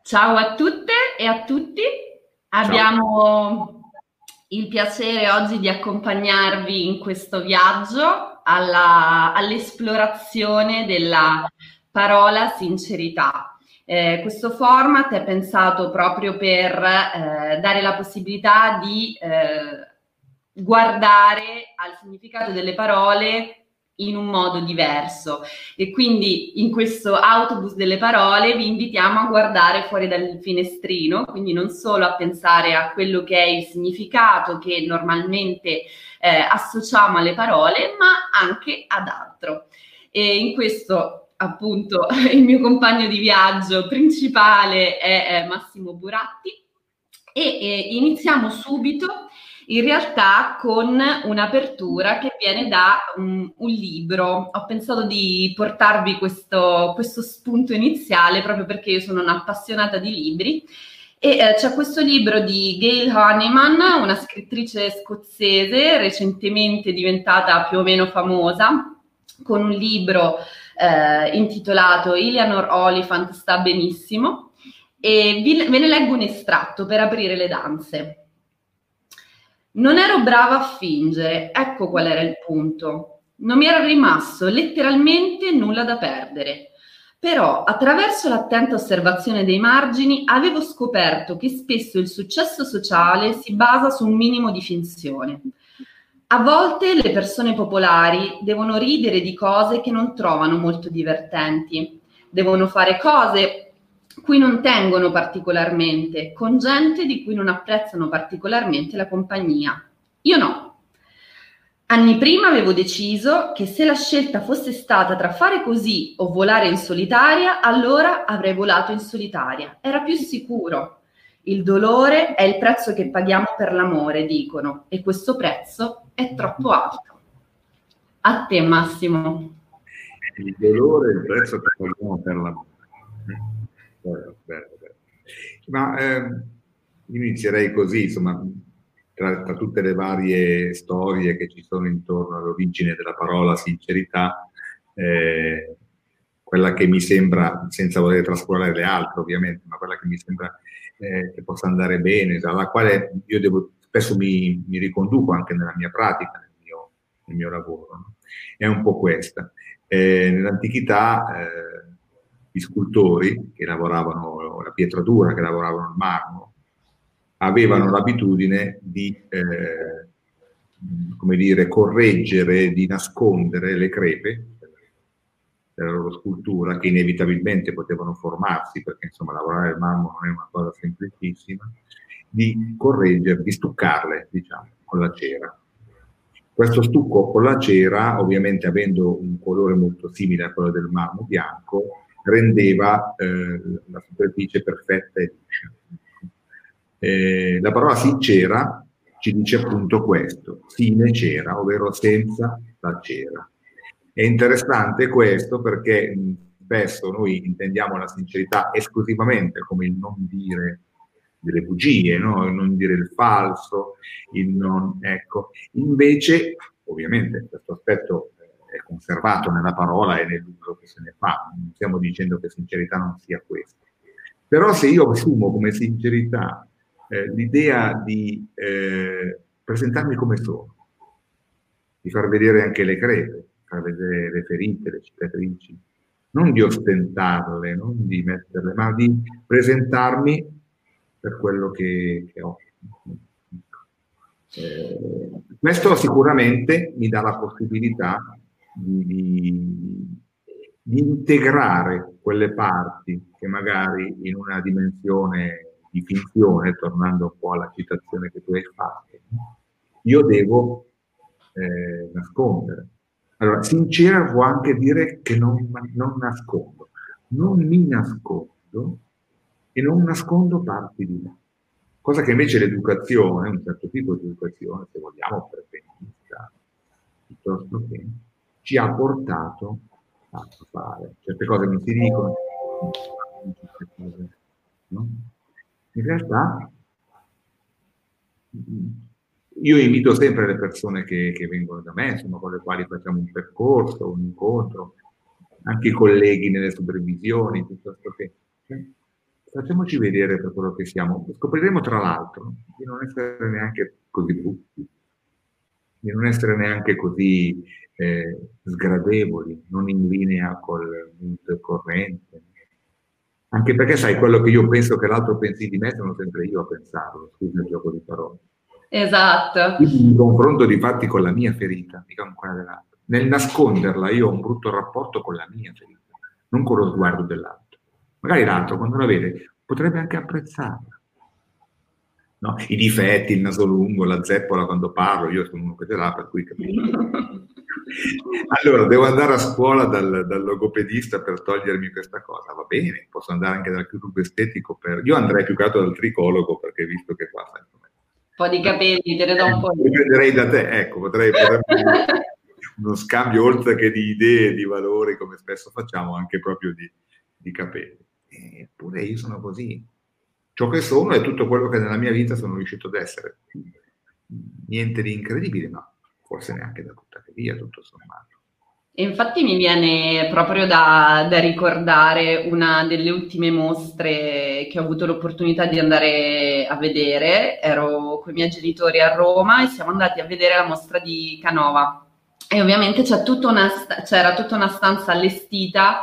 Ciao a tutte e a tutti, Ciao. abbiamo il piacere oggi di accompagnarvi in questo viaggio all'esplorazione della parola sincerità. Questo format è pensato proprio per dare la possibilità di guardare al significato delle parole in un modo diverso. E quindi in questo autobus delle parole vi invitiamo a guardare fuori dal finestrino, quindi non solo a pensare a quello che è il significato che normalmente associamo alle parole, ma anche ad altro. E in questo appunto il mio compagno di viaggio principale è Massimo Buratti e iniziamo subito in realtà con un'apertura che viene da un libro. Ho pensato di portarvi questo spunto iniziale proprio perché io sono un'appassionata di libri e c'è questo libro di Gail Honeyman, una scrittrice scozzese recentemente diventata più o meno famosa, con un libro intitolato Eleanor Oliphant sta benissimo, e ve ne leggo un estratto per aprire le danze. Non ero brava a fingere, ecco qual era il punto. Non mi era rimasto letteralmente nulla da perdere. Però, attraverso l'attenta osservazione dei margini, avevo scoperto che spesso il successo sociale si basa su un minimo di finzione. A volte le persone popolari devono ridere di cose che non trovano molto divertenti, devono fare cose cui non tengono particolarmente, con gente di cui non apprezzano particolarmente la compagnia. Io no. Anni prima avevo deciso che se la scelta fosse stata tra fare così o volare in solitaria, allora avrei volato in solitaria. Era più sicuro. Il dolore è il prezzo che paghiamo per l'amore, dicono, e questo prezzo è troppo alto. A te, Massimo. Il dolore è il prezzo che paghiamo per l'amore. Bello, bello, bello. Ma io inizierei così, insomma, tra tutte le varie storie che ci sono intorno all'origine della parola sincerità, quella che mi sembra, senza voler trascurare le altre ovviamente, ma quella che mi sembra che possa andare bene, alla quale io spesso mi riconduco anche nella mia pratica, nel mio lavoro, no? È un po' questa. Nell'antichità gli scultori che lavoravano la pietratura, che lavoravano il marmo, avevano l'abitudine di come dire, correggere, di nascondere le crepe della loro scultura, che inevitabilmente potevano formarsi, perché insomma lavorare il marmo non è una cosa semplicissima, di correggere, di stuccarle, diciamo, con la cera. Questo stucco con la cera, ovviamente avendo un colore molto simile a quello del marmo bianco, rendeva la superficie perfetta e liscia. La parola sincera ci dice appunto questo, sine cera, ovvero senza la cera. È interessante questo perché spesso noi intendiamo la sincerità esclusivamente come il non dire delle bugie, no? Il non dire il falso, il non, ecco. Invece, ovviamente, questo aspetto è conservato nella parola e nell'uso che se ne fa. Non stiamo dicendo che sincerità non sia questo. Però se io assumo come sincerità l'idea di presentarmi come sono, di far vedere anche le crepe, far vedere le ferite, le cicatrici, non di ostentarle, non di metterle, ma di presentarmi per quello che ho. Questo sicuramente mi dà la possibilità di integrare quelle parti che magari in una dimensione di finzione, tornando un po' alla citazione che tu hai fatto, io devo nascondere. Allora, sincera vuol anche dire che non nascondo, non mi nascondo e non nascondo parti di me. Cosa che invece l'educazione, un certo tipo di educazione, se vogliamo, perfezionista, piuttosto che, ci ha portato a fare. Certe cose non si dicono, certe cose, no? In realtà, io invito sempre le persone che vengono da me, insomma, con le quali facciamo un percorso, un incontro, anche i colleghi nelle supervisioni, piuttosto che lasciamoci vedere per quello che siamo. Scopriremo tra l'altro di non essere neanche così brutti, di non essere neanche così sgradevoli, non in linea col mood corrente. Anche perché sai, quello che io penso che l'altro pensi di me sono sempre io a pensarlo, scusa il gioco di parole. Esatto. Quindi mi confronto di fatti con la mia ferita, mica con quella dell'altro. Nel nasconderla io ho un brutto rapporto con la mia ferita, non con lo sguardo dell'altro. Magari l'altro, quando la vede, potrebbe anche apprezzarla. No? I difetti, il naso lungo, la zeppola quando parlo, io sono uno che ce l'ha, per cui capisco. Allora, devo andare a scuola dal logopedista per togliermi questa cosa, va bene, posso andare anche dal chirurgo estetico, io andrei più che altro dal tricologo, perché visto che qua sai, un po' di capelli, te ne do un po'. Li prenderei da te, ecco, potrei uno scambio oltre che di idee, di valori, come spesso facciamo, anche proprio di capelli. Eppure io sono così. Ciò che sono è tutto quello che nella mia vita sono riuscito ad essere. Niente di incredibile, ma forse neanche da buttare via, tutto sommato. E infatti mi viene proprio da ricordare una delle ultime mostre che ho avuto l'opportunità di andare a vedere. Ero con i miei genitori a Roma e siamo andati a vedere la mostra di Canova. E ovviamente c'era tutta una stanza allestita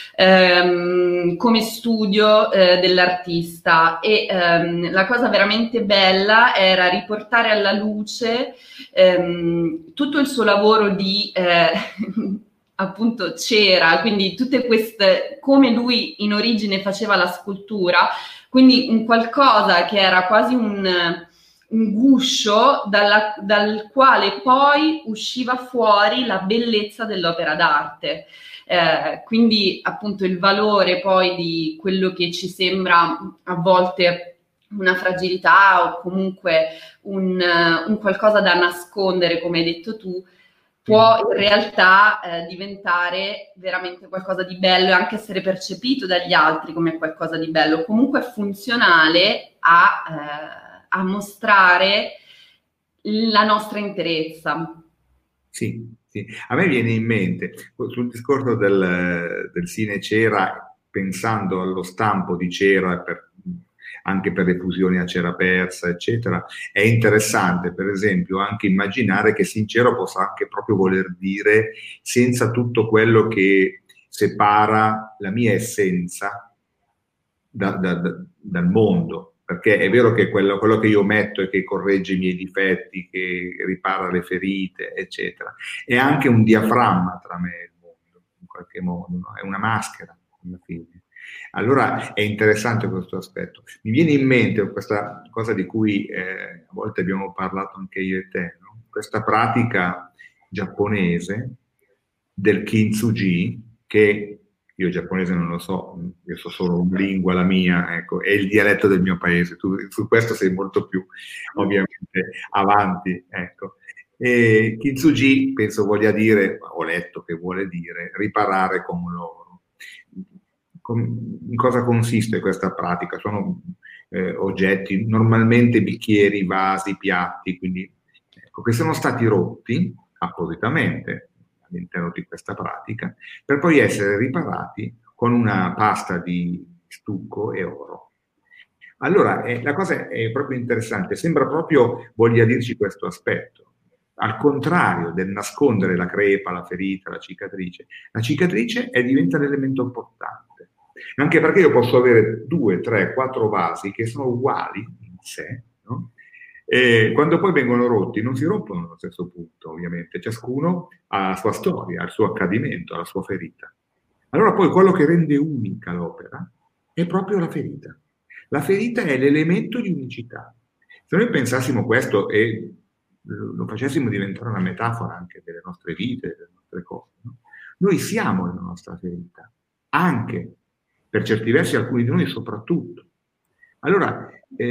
come studio dell'artista e la cosa veramente bella era riportare alla luce tutto il suo lavoro di appunto cera, quindi tutte queste, come lui in origine faceva la scultura, quindi un qualcosa che era quasi un guscio dal quale poi usciva fuori la bellezza dell'opera d'arte. Quindi appunto il valore poi di quello che ci sembra a volte una fragilità o comunque un qualcosa da nascondere, come hai detto tu, può in realtà diventare veramente qualcosa di bello e anche essere percepito dagli altri come qualcosa di bello, comunque funzionale a mostrare la nostra interezza. Sì. Sì. A me viene in mente, sul discorso del cine cera, pensando allo stampo di cera, anche per le fusioni a cera persa, eccetera, è interessante, per esempio, anche immaginare che sincero possa anche proprio voler dire senza tutto quello che separa la mia essenza dal mondo. Perché è vero che quello che io metto e che corregge i miei difetti, che ripara le ferite, eccetera, è anche un diaframma tra me e il mondo, in qualche modo, no? È una maschera, alla fine. Allora è interessante questo aspetto. Mi viene in mente questa cosa di cui a volte abbiamo parlato anche io e te, no? Questa pratica giapponese del kintsugi, che io giapponese non lo so, io so solo una lingua, la mia, ecco, è il dialetto del mio paese, tu su questo sei molto più ovviamente avanti, ecco. E kintsugi penso voglia dire, ho letto che vuole dire, riparare con l'oro. In cosa consiste questa pratica? Sono oggetti, normalmente bicchieri, vasi, piatti, quindi ecco, che sono stati rotti appositamente all'interno di questa pratica, per poi essere riparati con una pasta di stucco e oro. Allora, la cosa è proprio interessante, sembra proprio voglia dirci questo aspetto. Al contrario del nascondere la crepa, la ferita, la cicatrice diventa l'elemento importante. Anche perché io posso avere 2, 3, 4 vasi che sono uguali in sé, no? E quando poi vengono rotti non si rompono allo stesso punto, ovviamente, ciascuno ha la sua storia, il suo accadimento, la sua ferita. Allora poi quello che rende unica l'opera è proprio la ferita. La ferita è l'elemento di unicità. Se noi pensassimo questo e lo facessimo diventare una metafora anche delle nostre vite, delle nostre cose, no? Noi siamo la nostra ferita, anche per certi versi alcuni di noi soprattutto. Allora,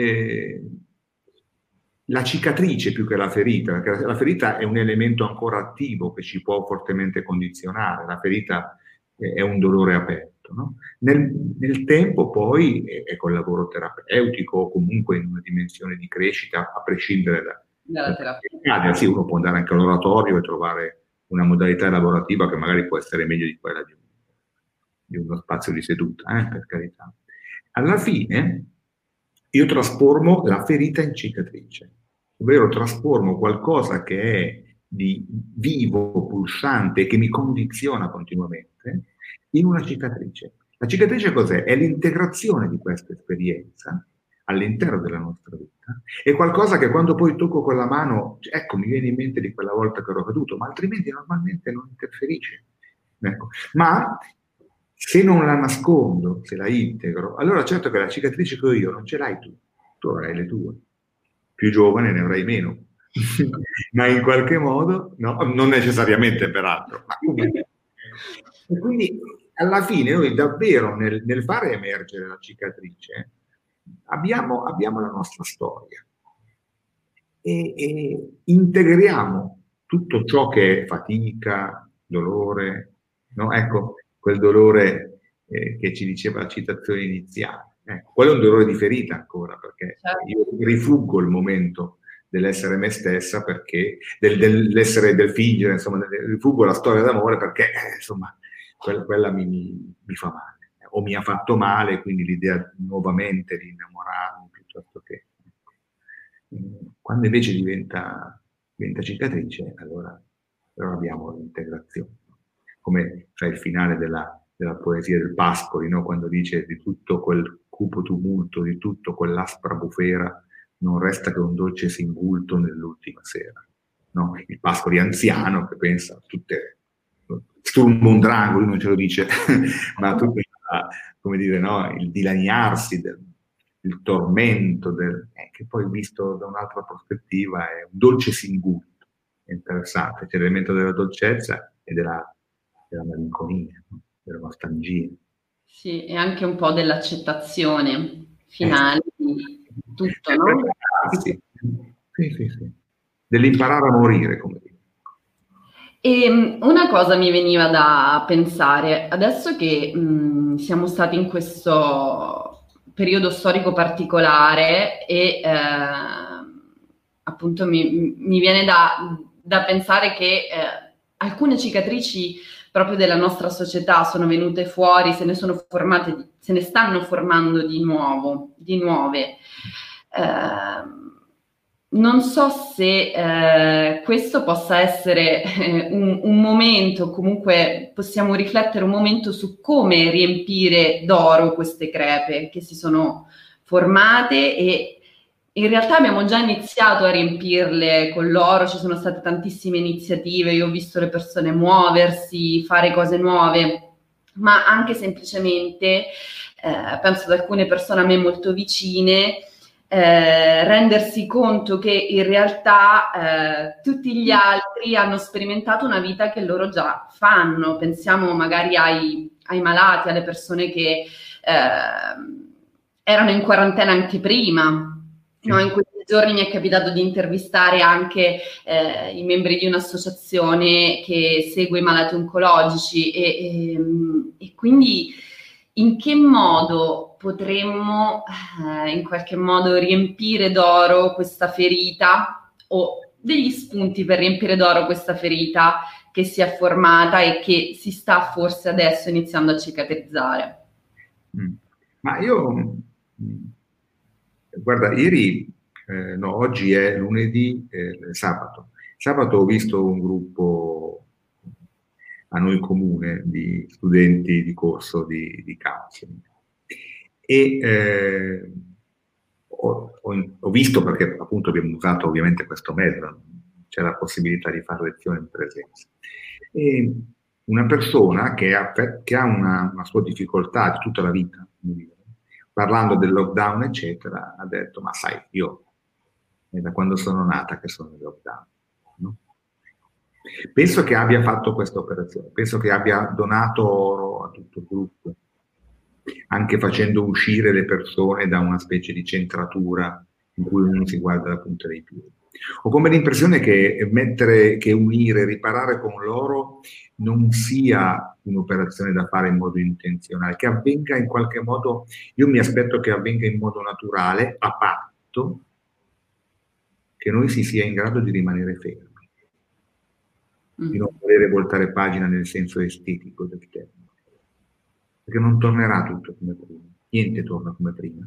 la cicatrice più che la ferita, perché la ferita è un elemento ancora attivo che ci può fortemente condizionare, la ferita è un dolore aperto, no? Nel tempo poi è col lavoro terapeutico o comunque in una dimensione di crescita, a prescindere dalla terapia. Sì, uno può andare anche all'oratorio e trovare una modalità lavorativa che magari può essere meglio di quella di uno spazio di seduta, per carità. Alla fine io trasformo la ferita in cicatrice, ovvero trasformo qualcosa che è di vivo, pulsante, che mi condiziona continuamente, in una cicatrice. La cicatrice cos'è? È l'integrazione di questa esperienza all'interno della nostra vita. È qualcosa che quando poi tocco con la mano, ecco, mi viene in mente di quella volta che ero caduto, ma altrimenti normalmente non interferisce. Ecco. Ma se non la nascondo, se la integro, allora certo che la cicatrice che ho io non ce l'hai tu avrai le tue. Più giovane ne avrai meno. Ma in qualche modo, no, non necessariamente peraltro, ma comunque. E quindi alla fine noi davvero nel fare emergere la cicatrice abbiamo la nostra storia e integriamo tutto ciò che è fatica, dolore, no? Ecco, quel dolore che ci diceva la citazione iniziale. Quello è un dolore di ferita ancora, perché io rifuggo il momento dell'essere me stessa, perché dell'essere, del fingere, insomma, rifuggo la storia d'amore perché, insomma, quella mi fa male, o mi ha fatto male, quindi l'idea nuovamente di innamorarmi piuttosto che... Quando invece diventa cicatrice, allora abbiamo l'integrazione. Come il finale della poesia del Pascoli, no? Quando dice di tutto quel cupo tumulto, di tutto quell'aspra bufera, non resta che un dolce singulto nell'ultima sera. No? Il Pascoli anziano che pensa a tutte, Sturm und Drang, lui non ce lo dice, ma tutto come dire, no? Il dilaniarsi il tormento, che poi visto da un'altra prospettiva è un dolce singulto, è interessante, c'è l'elemento della dolcezza e della malinconia, no? Della nostalgia. Sì, e anche un po' dell'accettazione finale di tutto, no? Sì, sì. Dell'imparare a morire, come dire. E una cosa mi veniva da pensare, adesso che siamo stati in questo periodo storico particolare e appunto mi viene da pensare che alcune cicatrici proprio della nostra società sono venute fuori, se ne sono formate, se ne stanno formando di nuove. Non so se questo possa essere un momento, comunque possiamo riflettere un momento su come riempire d'oro queste crepe che si sono formate, e in realtà abbiamo già iniziato a riempirle con l'oro, ci sono state tantissime iniziative, io ho visto le persone muoversi, fare cose nuove, ma anche semplicemente, penso ad alcune persone a me molto vicine, rendersi conto che in realtà tutti gli altri hanno sperimentato una vita che loro già fanno. Pensiamo magari ai malati, alle persone che erano in quarantena anche prima. No, in questi giorni mi è capitato di intervistare anche i membri di un'associazione che segue i malati oncologici e quindi in che modo potremmo in qualche modo riempire d'oro questa ferita, o degli spunti per riempire d'oro questa ferita che si è formata e che si sta forse adesso iniziando a cicatrizzare. Ma io, guarda, ieri, no, oggi è lunedì, sabato. Sabato ho visto un gruppo a noi comune di studenti di corso di counseling e ho visto, perché appunto abbiamo usato ovviamente questo mezzo, c'è la possibilità di fare lezioni in presenza. E una persona che ha una sua difficoltà di tutta la vita, parlando del lockdown, eccetera, ha detto: ma sai, io è da quando sono nata che sono in lockdown. No? Penso che abbia fatto questa operazione, penso che abbia donato oro a tutto il gruppo, anche facendo uscire le persone da una specie di centratura in cui uno si guarda la punta dei piedi. Ho come l'impressione che unire, riparare con l'oro non sia un'operazione da fare in modo intenzionale, che avvenga in qualche modo, io mi aspetto che avvenga in modo naturale, a patto che noi si sia in grado di rimanere fermi, di non volere voltare pagina nel senso estetico del termine, perché non tornerà tutto come prima. niente torna come prima,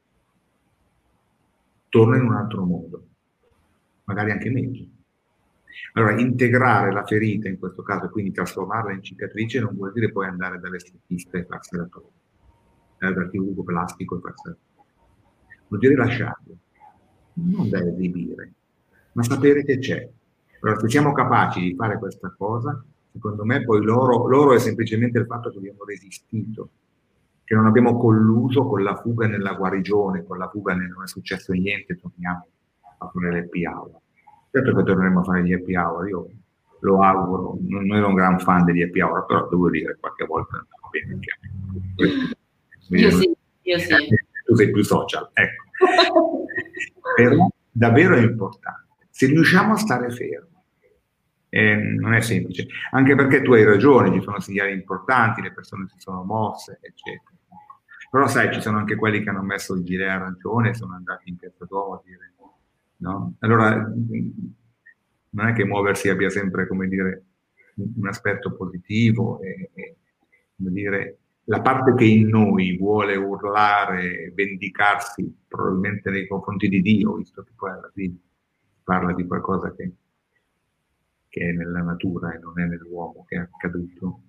torna in un altro modo, magari anche meglio. Allora, integrare la ferita in questo caso, e quindi trasformarla in cicatrice, non vuol dire poi andare dall'estetista e farsela togliere, dal chirurgo plastico e farsela togliere. Vuol dire lasciarlo, non da esibire, ma sapere che c'è. Allora, se siamo capaci di fare questa cosa, secondo me poi loro è semplicemente il fatto che abbiamo resistito, che non abbiamo colluso con la fuga nella guarigione, con la fuga nel non è successo niente, torniamo a fare l'happy hour. Certo che torneremo a fare gli happy hour, io lo auguro, non ero un gran fan degli happy hour, però devo dire qualche volta va bene anche a me. Io sì. Tu sei più social, ecco. Però davvero è importante. Se riusciamo a stare fermi, non è semplice, anche perché tu hai ragione, ci sono segnali importanti, le persone si sono mosse, eccetera. Però sai, ci sono anche quelli che hanno messo il gilet arancione e sono andati in Piazza Duomo a dire, no? Allora, non è che muoversi abbia sempre, come dire, un aspetto positivo e come dire, la parte che in noi vuole urlare, vendicarsi probabilmente nei confronti di Dio, visto che poi alla fine parla di qualcosa che è nella natura e non è nell'uomo che è accaduto.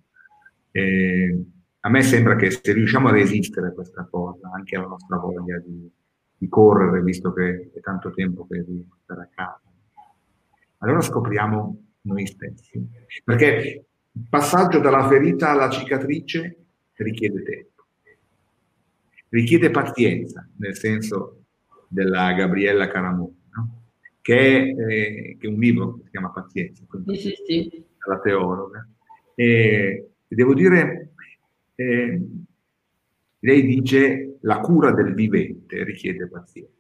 A me sembra che se riusciamo a resistere a questa cosa, anche alla nostra voglia di correre, visto che è tanto tempo che dobbiamo stare a casa, allora scopriamo noi stessi. Perché il passaggio dalla ferita alla cicatrice richiede tempo, richiede pazienza, nel senso della Gabriella Caramò, no? che è un libro che si chiama Pazienza, sì. la teologa, e devo dire, lei dice la cura del vivente richiede pazienza.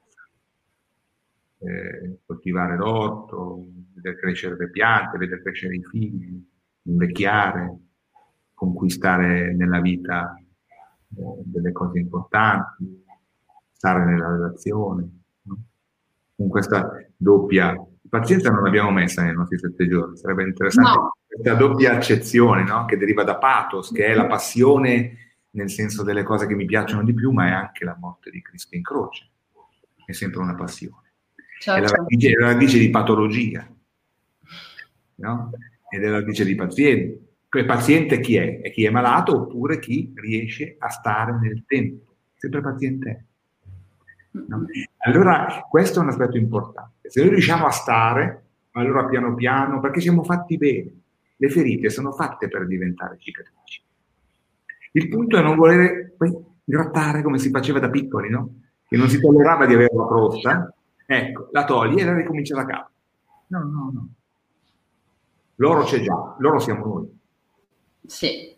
Coltivare l'orto, vedere crescere le piante, vedere crescere i figli, invecchiare, conquistare nella vita delle cose importanti, stare nella relazione, no? Con questa doppia pazienza non l'abbiamo messa nei nostri 7 giorni, sarebbe interessante questa doppia accezione, no? Che deriva da pathos, che è la passione nel senso delle cose che mi piacciono di più, ma è anche la morte di Cristo in croce, è sempre una passione. Certo. È la radice di patologia, no? Ed è la radice di paziente. Il paziente chi è? È chi è malato oppure chi riesce a stare nel tempo. Sempre paziente è. No? Allora, questo è un aspetto importante. Se noi riusciamo a stare, allora piano piano, perché siamo fatti bene. Le ferite sono fatte per diventare cicatrici. Il punto è non volere poi grattare come si faceva da piccoli, no? Che non si tollerava di avere la crosta. Ecco, la togli e la ricomincia da capo. No. Loro c'è già, loro siamo noi. Sì.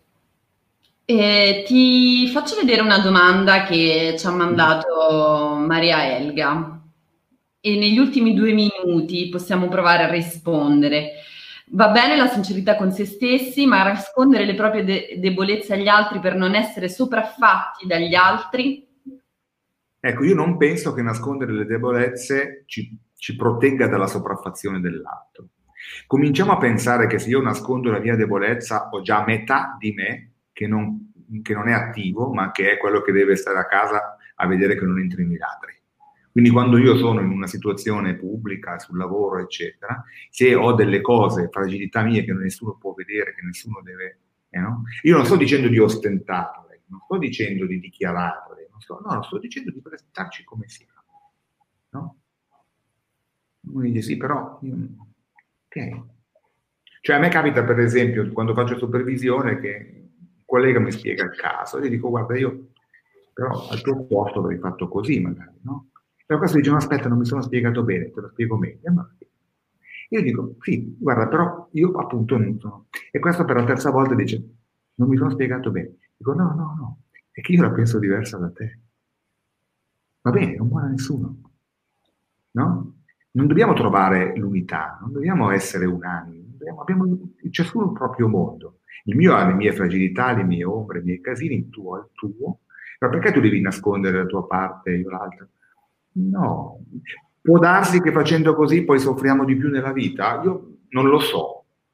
Ti faccio vedere una domanda che ci ha mandato Maria Elga e negli ultimi 2 minuti possiamo provare a rispondere. Va bene la sincerità con se stessi, ma nascondere le proprie debolezze agli altri per non essere sopraffatti dagli altri? Ecco, io non penso che nascondere le debolezze ci protegga dalla sopraffazione dell'altro. Cominciamo a pensare che se io nascondo la mia debolezza ho già metà di me che non è attivo, ma che è quello che deve stare a casa a vedere che non entrino i ladri. Quindi quando io sono in una situazione pubblica, sul lavoro, eccetera, se ho delle cose, fragilità mie che nessuno può vedere, che nessuno deve... no? Io non sto dicendo di ostentarle, non sto dicendo di dichiararle, sto dicendo di presentarci come siamo. No? Uno dice sì, però... ok. Cioè a me capita, per esempio, quando faccio supervisione, che un collega mi spiega il caso, e gli dico, guarda, io però al tuo posto avrei fatto così, magari, no? Però questo dice, no, aspetta, non mi sono spiegato bene, te lo spiego meglio. Io dico, sì, guarda, però io appunto non sono... E questo per la terza volta dice, non mi sono spiegato bene. Dico, no, è che io la penso diversa da te. Va bene, non muore nessuno, no? Non dobbiamo trovare l'unità, non dobbiamo essere unanimi, abbiamo ciascuno il proprio mondo. Il mio ha le mie fragilità, le mie ombre, i miei casini, il tuo ha il tuo. Ma perché tu devi nascondere la tua parte e io l'altra? No. Può darsi che facendo così poi soffriamo di più nella vita? Io non lo so.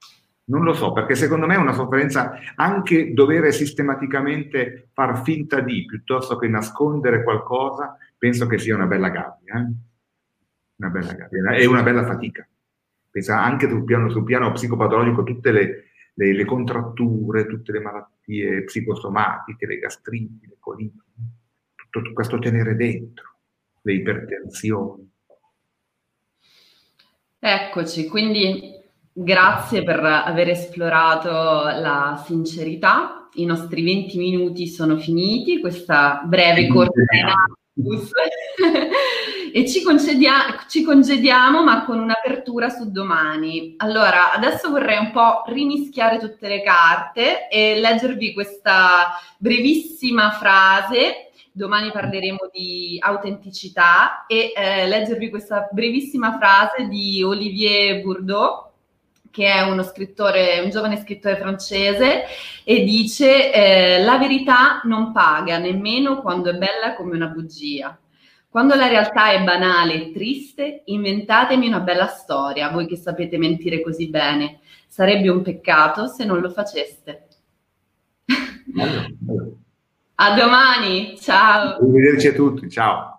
Non lo so, perché secondo me è una sofferenza anche dover sistematicamente far finta di, piuttosto che nascondere qualcosa, penso che sia una bella gabbia, una bella gabbia, e una bella fatica. Pensa anche sul piano psicopatologico, tutte le contratture, tutte le malattie psicosomatiche, le gastriti, le coliti, tutto questo tenere dentro, le ipertensioni. Eccoci, quindi grazie per aver esplorato la sincerità. I nostri 20 minuti sono finiti, questa breve corsa in autobus. E ci congediamo, ma con un'apertura su domani. Allora, adesso vorrei un po' rimischiare tutte le carte e leggervi questa brevissima frase. Domani parleremo di autenticità e leggervi questa brevissima frase di Olivier Bourdieu, che è uno scrittore, un giovane scrittore francese, e dice la verità non paga nemmeno quando è bella come una bugia. Quando la realtà è banale e triste, inventatemi una bella storia, voi che sapete mentire così bene. Sarebbe un peccato se non lo faceste. Bello, bello. A domani, ciao! Arrivederci a tutti, ciao!